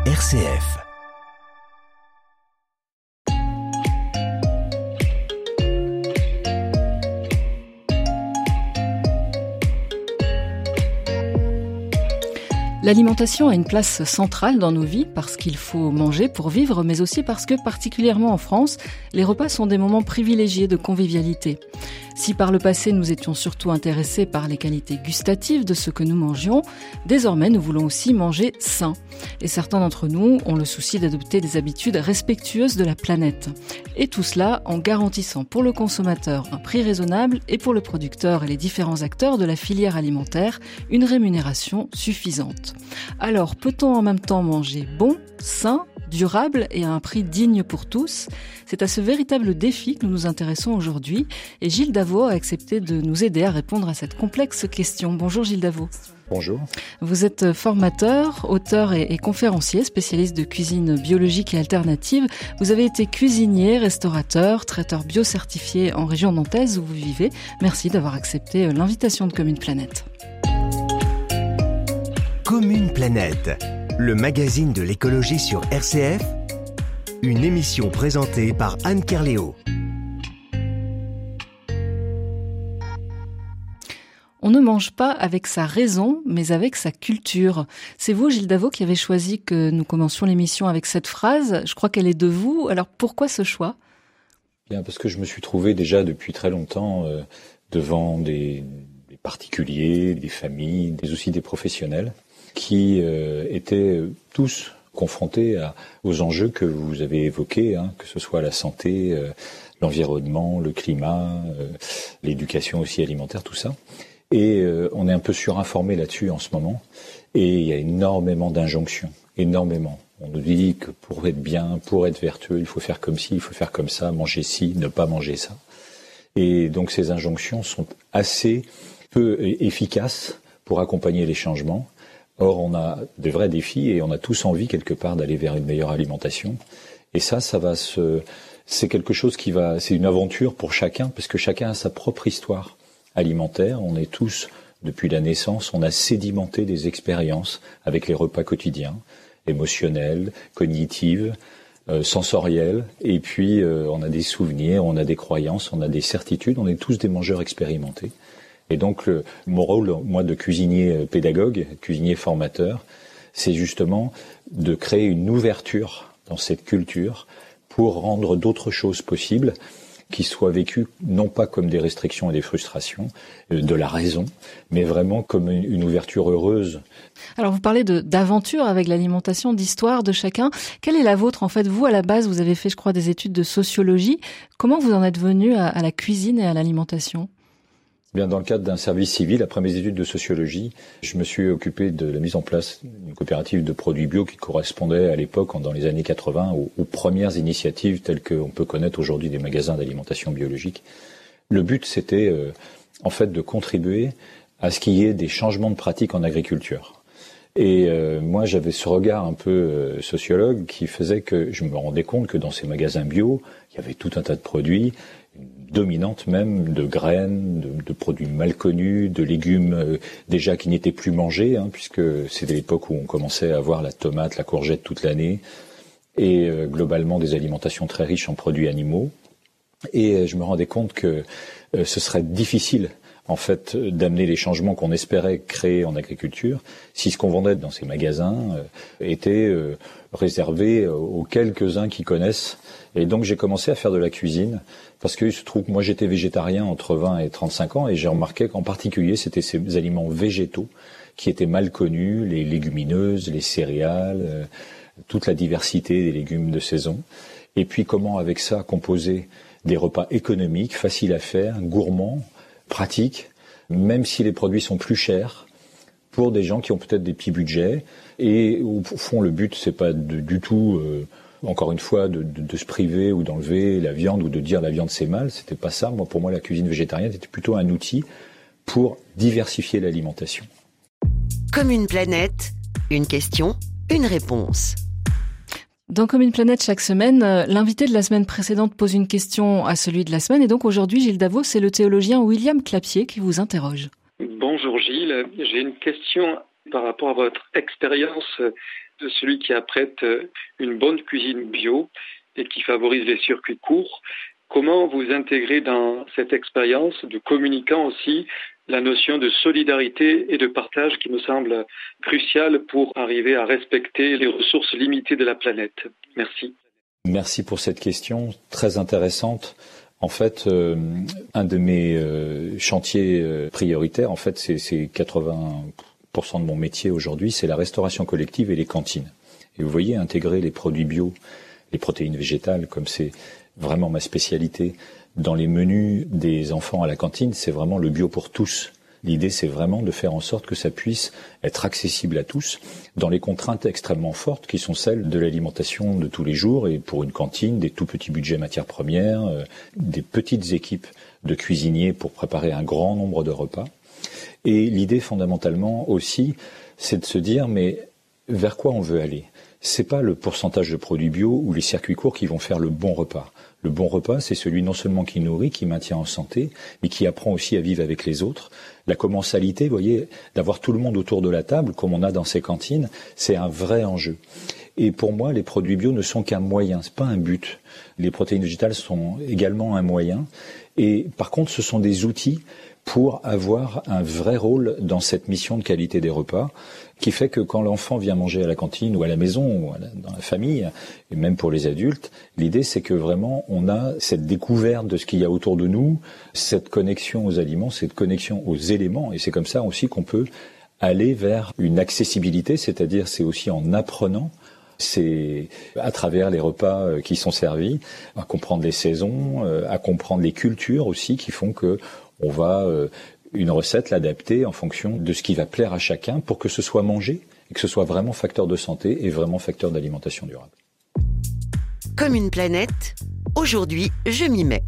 RCF. L'alimentation a une place centrale dans nos vies parce qu'il faut manger pour vivre, mais aussi parce que, particulièrement en France, les repas sont des moments privilégiés de convivialité. Si par le passé nous étions surtout intéressés par les qualités gustatives de ce que nous mangions, désormais nous voulons aussi manger sain. Et certains d'entre nous ont le souci d'adopter des habitudes respectueuses de la planète. Et tout cela en garantissant pour le consommateur un prix raisonnable et pour le producteur et les différents acteurs de la filière alimentaire une rémunération suffisante. Alors, peut-on en même temps manger bon, sain, durable et à un prix digne pour tous? C'est à ce véritable défi que nous nous intéressons aujourd'hui et Gilles Davot a accepté de nous aider à répondre à cette complexe question. Bonjour Gilles Davot. Bonjour. Vous êtes formateur, auteur et conférencier, spécialiste de cuisine biologique et alternative. Vous avez été cuisinier, restaurateur, traiteur bio certifié en région nantaise où vous vivez. Merci d'avoir accepté l'invitation de Comme une planète. Comme une planète, le magazine de l'écologie sur RCF, une émission présentée par Anne Kerléo. On ne mange pas avec sa raison, mais avec sa culture. C'est vous, Gilles Davot, qui avez choisi que nous commencions l'émission avec cette phrase. Je crois qu'elle est de vous. Alors pourquoi ce choix ? Bien, parce que je me suis trouvé déjà depuis très longtemps devant des particuliers, des familles, aussi des professionnels qui étaient tous confrontés aux enjeux que vous avez évoqués, que ce soit la santé, l'environnement, le climat, l'éducation aussi alimentaire, tout ça. Et on est un peu surinformé là-dessus en ce moment. Et il y a énormément d'injonctions, énormément. On nous dit que pour être bien, pour être vertueux, il faut faire comme ci, il faut faire comme ça, manger ci, ne pas manger ça. Et donc ces injonctions sont assez peu efficaces pour accompagner les changements. Or, on a de vrais défis et on a tous envie quelque part d'aller vers une meilleure alimentation. Et c'est quelque chose c'est une aventure pour chacun parce que chacun a sa propre histoire alimentaire. On est tous, depuis la naissance, on a sédimenté des expériences avec les repas quotidiens, émotionnels, cognitives, sensoriels. Et puis, on a des souvenirs, on a des croyances, on a des certitudes. On est tous des mangeurs expérimentés. Et donc, mon rôle, moi, de cuisinier pédagogue, cuisinier formateur, c'est justement de créer une ouverture dans cette culture pour rendre d'autres choses possibles qui soient vécues non pas comme des restrictions et des frustrations de la raison, mais vraiment comme une ouverture heureuse. Alors, vous parlez d'aventure avec l'alimentation, d'histoire de chacun. Quelle est la vôtre, en fait? Vous, à la base, vous avez fait, je crois, des études de sociologie. Comment vous en êtes venu à la cuisine et à l'alimentation? Bien, dans le cadre d'un service civil, après mes études de sociologie, je me suis occupé de la mise en place d'une coopérative de produits bio qui correspondait à l'époque, dans les années 80, aux premières initiatives telles qu'on peut connaître aujourd'hui des magasins d'alimentation biologique. Le but, c'était en fait de contribuer à ce qu'il y ait des changements de pratiques en agriculture. Et moi, j'avais ce regard un peu sociologue qui faisait que je me rendais compte que dans ces magasins bio, il y avait tout un tas de produits, dominante même de graines, de produits mal connus, de légumes déjà qui n'étaient plus mangés, puisque c'était l'époque où on commençait à avoir la tomate, la courgette toute l'année, et globalement des alimentations très riches en produits animaux. Et je me rendais compte que ce serait difficile en fait d'amener les changements qu'on espérait créer en agriculture si ce qu'on vendait dans ces magasins était réservé aux quelques-uns qui connaissent. Et donc j'ai commencé à faire de la cuisine parce qu'il se trouve que moi j'étais végétarien entre 20 et 35 ans et j'ai remarqué qu'en particulier c'était ces aliments végétaux qui étaient mal connus, les légumineuses, les céréales, toute la diversité des légumes de saison. Et puis comment avec ça composer des repas économiques, faciles à faire, gourmands, pratiques, même si les produits sont plus chers, pour des gens qui ont peut-être des petits budgets. Et au fond, le but, c'est pas du tout, encore une fois, de se priver ou d'enlever la viande ou de dire la viande c'est mal. C'était pas ça. Moi, pour moi, la cuisine végétarienne était plutôt un outil pour diversifier l'alimentation. Comme une planète, une question, une réponse. Dans Comme une planète chaque semaine, l'invité de la semaine précédente pose une question à celui de la semaine. Et donc aujourd'hui, Gilles Davot, c'est le théologien William Clapier qui vous interroge. Bonjour Gilles, j'ai une question Par rapport à votre expérience de celui qui apprête une bonne cuisine bio et qui favorise les circuits courts, comment vous intégrez dans cette expérience de communicant aussi la notion de solidarité et de partage qui me semble cruciale pour arriver à respecter les ressources limitées de la planète? Merci. Merci pour cette question très intéressante. En fait, un de mes chantiers prioritaires, en fait, c'est 80% de mon métier aujourd'hui, c'est la restauration collective et les cantines. Et vous voyez, intégrer les produits bio, les protéines végétales, comme c'est vraiment ma spécialité, dans les menus des enfants à la cantine, c'est vraiment le bio pour tous. L'idée, c'est vraiment de faire en sorte que ça puisse être accessible à tous dans les contraintes extrêmement fortes qui sont celles de l'alimentation de tous les jours et pour une cantine, des tout petits budgets matières premières, des petites équipes de cuisiniers pour préparer un grand nombre de repas. Et l'idée fondamentalement aussi, c'est de se dire mais vers quoi on veut aller ? C'est pas le pourcentage de produits bio ou les circuits courts qui vont faire le bon repas. Le bon repas, c'est celui non seulement qui nourrit, qui maintient en santé, mais qui apprend aussi à vivre avec les autres. La commensalité, vous voyez, d'avoir tout le monde autour de la table, comme on a dans ces cantines, c'est un vrai enjeu. Et pour moi, les produits bio ne sont qu'un moyen, c'est pas un but. Les protéines végétales sont également un moyen. Et par contre, ce sont des outils pour avoir un vrai rôle dans cette mission de qualité des repas, qui fait que quand l'enfant vient manger à la cantine ou à la maison ou dans la famille, et même pour les adultes, l'idée c'est que vraiment on a cette découverte de ce qu'il y a autour de nous, cette connexion aux aliments, cette connexion aux éléments, et c'est comme ça aussi qu'on peut aller vers une accessibilité, c'est-à-dire c'est aussi en apprenant, c'est à travers les repas qui sont servis, à comprendre les saisons, à comprendre les cultures aussi qui font que on va une recette l'adapter en fonction de ce qui va plaire à chacun pour que ce soit mangé et que ce soit vraiment facteur de santé et vraiment facteur d'alimentation durable. Comme une planète, aujourd'hui, je m'y mets.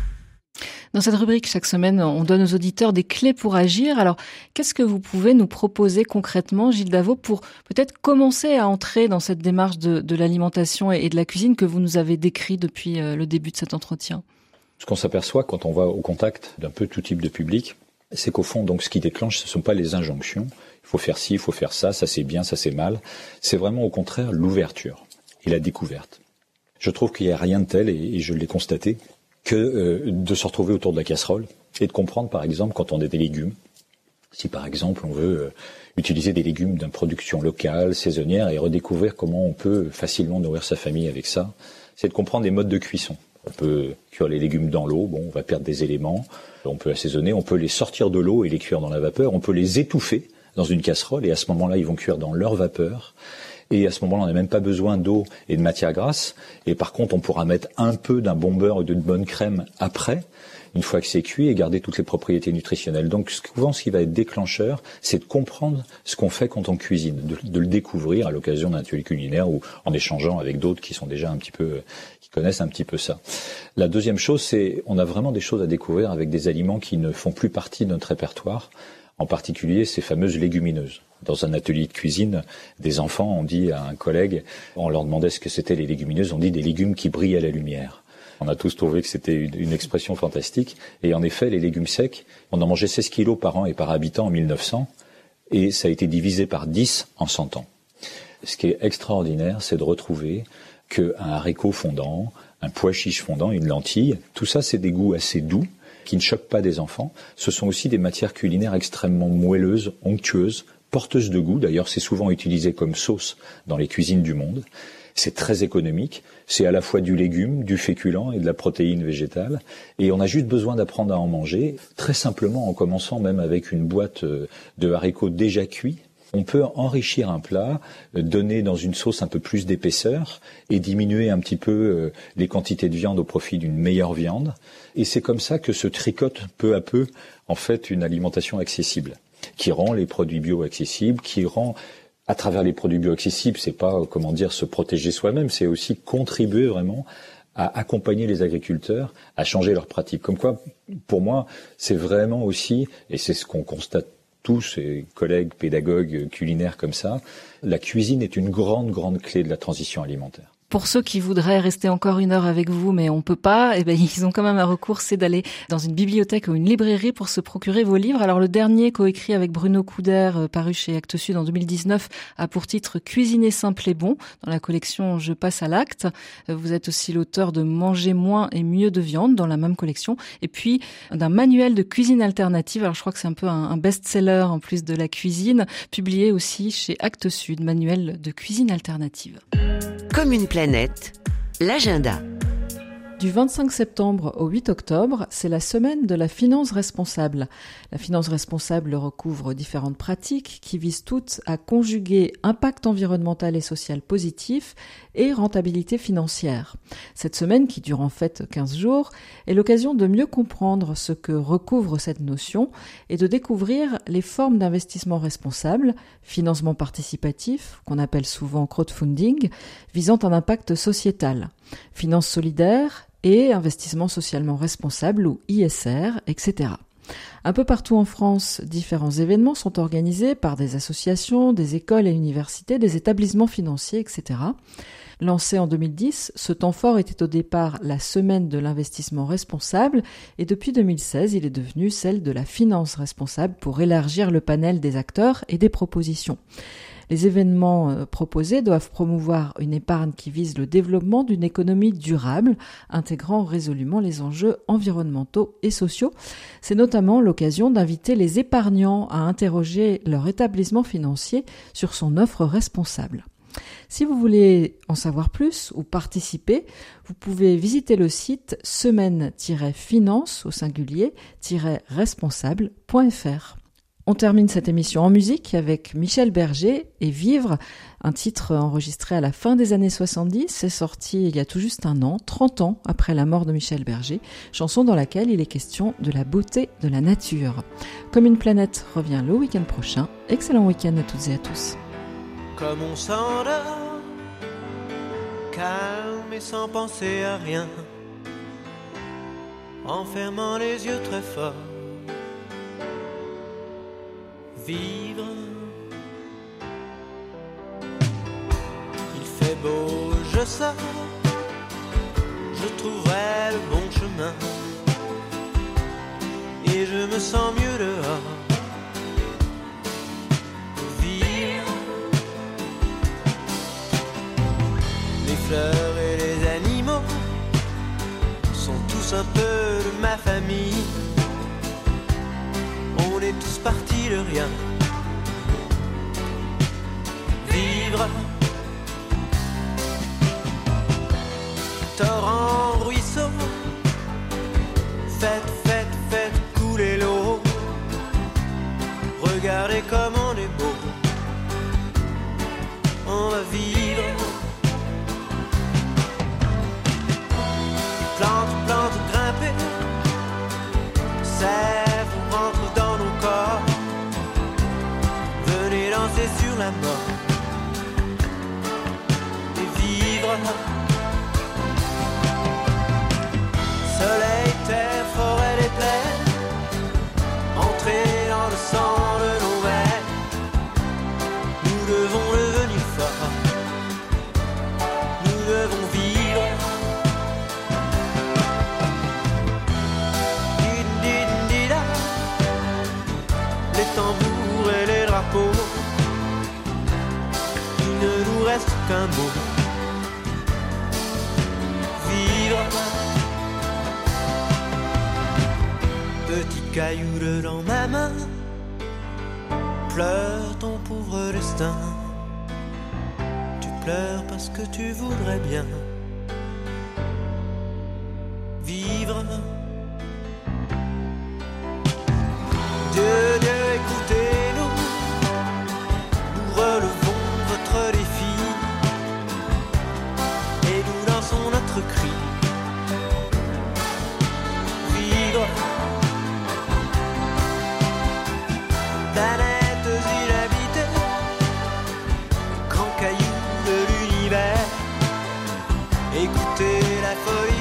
Dans cette rubrique, chaque semaine, on donne aux auditeurs des clés pour agir. Alors, qu'est-ce que vous pouvez nous proposer concrètement, Gilles Davot, pour peut-être commencer à entrer dans cette démarche de l'alimentation et de la cuisine que vous nous avez décrit depuis le début de cet entretien ? Ce qu'on s'aperçoit quand on va au contact d'un peu tout type de public, c'est qu'au fond, donc, ce qui déclenche, ce ne sont pas les injonctions. Il faut faire ci, il faut faire ça c'est bien, ça c'est mal. C'est vraiment au contraire l'ouverture et la découverte. Je trouve qu'il n'y a rien de tel, et je l'ai constaté, que de se retrouver autour de la casserole et de comprendre, par exemple, quand on a des légumes, si par exemple on veut utiliser des légumes d'une production locale, saisonnière, et redécouvrir comment on peut facilement nourrir sa famille avec ça, c'est de comprendre les modes de cuisson. On peut cuire les légumes dans l'eau, on va perdre des éléments, on peut assaisonner, on peut les sortir de l'eau et les cuire dans la vapeur, on peut les étouffer dans une casserole et à ce moment-là, ils vont cuire dans leur vapeur. Et à ce moment-là, on n'a même pas besoin d'eau et de matière grasse. Et par contre, on pourra mettre un peu d'un bon beurre ou d'une bonne crème après, une fois que c'est cuit, et garder toutes les propriétés nutritionnelles. Donc souvent, ce qui va être déclencheur, c'est de comprendre ce qu'on fait quand on cuisine, de le découvrir à l'occasion d'un atelier culinaire ou en échangeant avec d'autres qui sont déjà un petit peu, qui connaissent un petit peu ça. La deuxième chose, c'est on a vraiment des choses à découvrir avec des aliments qui ne font plus partie de notre répertoire, en particulier ces fameuses légumineuses. Dans un atelier de cuisine, des enfants ont dit à un collègue, on leur demandait ce que c'était les légumineuses, on dit des légumes qui brillent à la lumière. On a tous trouvé que c'était une expression fantastique. Et en effet, les légumes secs, on en mangeait 16 kilos par an et par habitant en 1900, et ça a été divisé par 10 en 100 ans. Ce qui est extraordinaire, c'est de retrouver qu'un haricot fondant, un pois chiche fondant, une lentille, tout ça, c'est des goûts assez doux, qui ne choquent pas des enfants. Ce sont aussi des matières culinaires extrêmement moelleuses, onctueuses, porteuses de goût. D'ailleurs, c'est souvent utilisé comme sauce dans les cuisines du monde. C'est très économique. C'est à la fois du légume, du féculent et de la protéine végétale. Et on a juste besoin d'apprendre à en manger, très simplement en commençant même avec une boîte de haricots déjà cuits. On peut enrichir un plat, donner dans une sauce un peu plus d'épaisseur et diminuer un petit peu les quantités de viande au profit d'une meilleure viande. Et c'est comme ça que se tricote peu à peu, en fait, une alimentation accessible, qui rend les produits bio accessibles, qui rend, à travers les produits bio accessibles, c'est pas, se protéger soi-même, c'est aussi contribuer vraiment à accompagner les agriculteurs, à changer leurs pratiques. Comme quoi, pour moi, c'est vraiment aussi, et c'est ce qu'on constate tous, et collègues, pédagogues, culinaires comme ça, la cuisine est une grande, grande clé de la transition alimentaire. Pour ceux qui voudraient rester encore 1 heure avec vous, mais on peut pas, ils ont quand même un recours, c'est d'aller dans une bibliothèque ou une librairie pour se procurer vos livres. Alors le dernier, coécrit avec Bruno Couder, paru chez Actes Sud en 2019, a pour titre Cuisiner simple et bon, dans la collection Je passe à l'acte. Vous êtes aussi l'auteur de Manger moins et mieux de viande, dans la même collection, et puis d'un manuel de cuisine alternative. Alors je crois que c'est un peu un best-seller en plus de la cuisine, publié aussi chez Actes Sud, manuel de cuisine alternative. Comme une planète, l'agenda. Du 25 septembre au 8 octobre, c'est la semaine de la finance responsable. La finance responsable recouvre différentes pratiques qui visent toutes à conjuguer impact environnemental et social positif et rentabilité financière. Cette semaine, qui dure en fait 15 jours, est l'occasion de mieux comprendre ce que recouvre cette notion et de découvrir les formes d'investissement responsable, financement participatif, qu'on appelle souvent crowdfunding, visant un impact sociétal, finance solidaire, et investissement socialement responsable ou ISR, etc. Un peu partout en France, différents événements sont organisés par des associations, des écoles et universités, des établissements financiers, etc. Lancé en 2010, ce temps fort était au départ la semaine de l'investissement responsable et depuis 2016, il est devenu celle de la finance responsable pour élargir le panel des acteurs et des propositions. Les événements proposés doivent promouvoir une épargne qui vise le développement d'une économie durable, intégrant résolument les enjeux environnementaux et sociaux. C'est notamment l'occasion d'inviter les épargnants à interroger leur établissement financier sur son offre responsable. Si vous voulez en savoir plus ou participer, vous pouvez visiter le site semaine-finance au singulier-responsable.fr. On termine cette émission en musique avec Michel Berger et Vivre, un titre enregistré à la fin des années 70. C'est sorti il y a tout juste 1 an, 30 ans après la mort de Michel Berger, chanson dans laquelle il est question de la beauté de la nature. Comme une planète revient le week-end prochain. Excellent week-end à toutes et à tous. Comme on s'endort, calme et sans penser à rien, en fermant les yeux très fort. Vivre. Il fait beau, je sors, je trouverai le bon chemin et je me sens mieux dehors. Vivre. Les fleurs et les animaux sont tous un peu de ma famille. On est tous partis de rien. Vivre. Torrent, ruisseau, faites couler l'eau. Regardez comme on est beau. On va vivre. Plante, grimper. Sève, rentre dans nos corps. Venez danser sur la mort et vivre. Soleil, terre, forêt, les plaines, entrer dans le sang de nos veines. Nous devons devenir forts. Nous devons vivre. Les tambours et les drapeaux, il ne nous reste qu'un mot. Vivre. Petit caillou dans ma main, pleure ton pauvre destin. Tu pleures parce que tu voudrais bien vivre. Dieu, écoutez-nous, nous relevons votre défi et nous lançons notre cri. Vivre. Planètes inhabitées, grand caillou de l'univers, écoutez la folie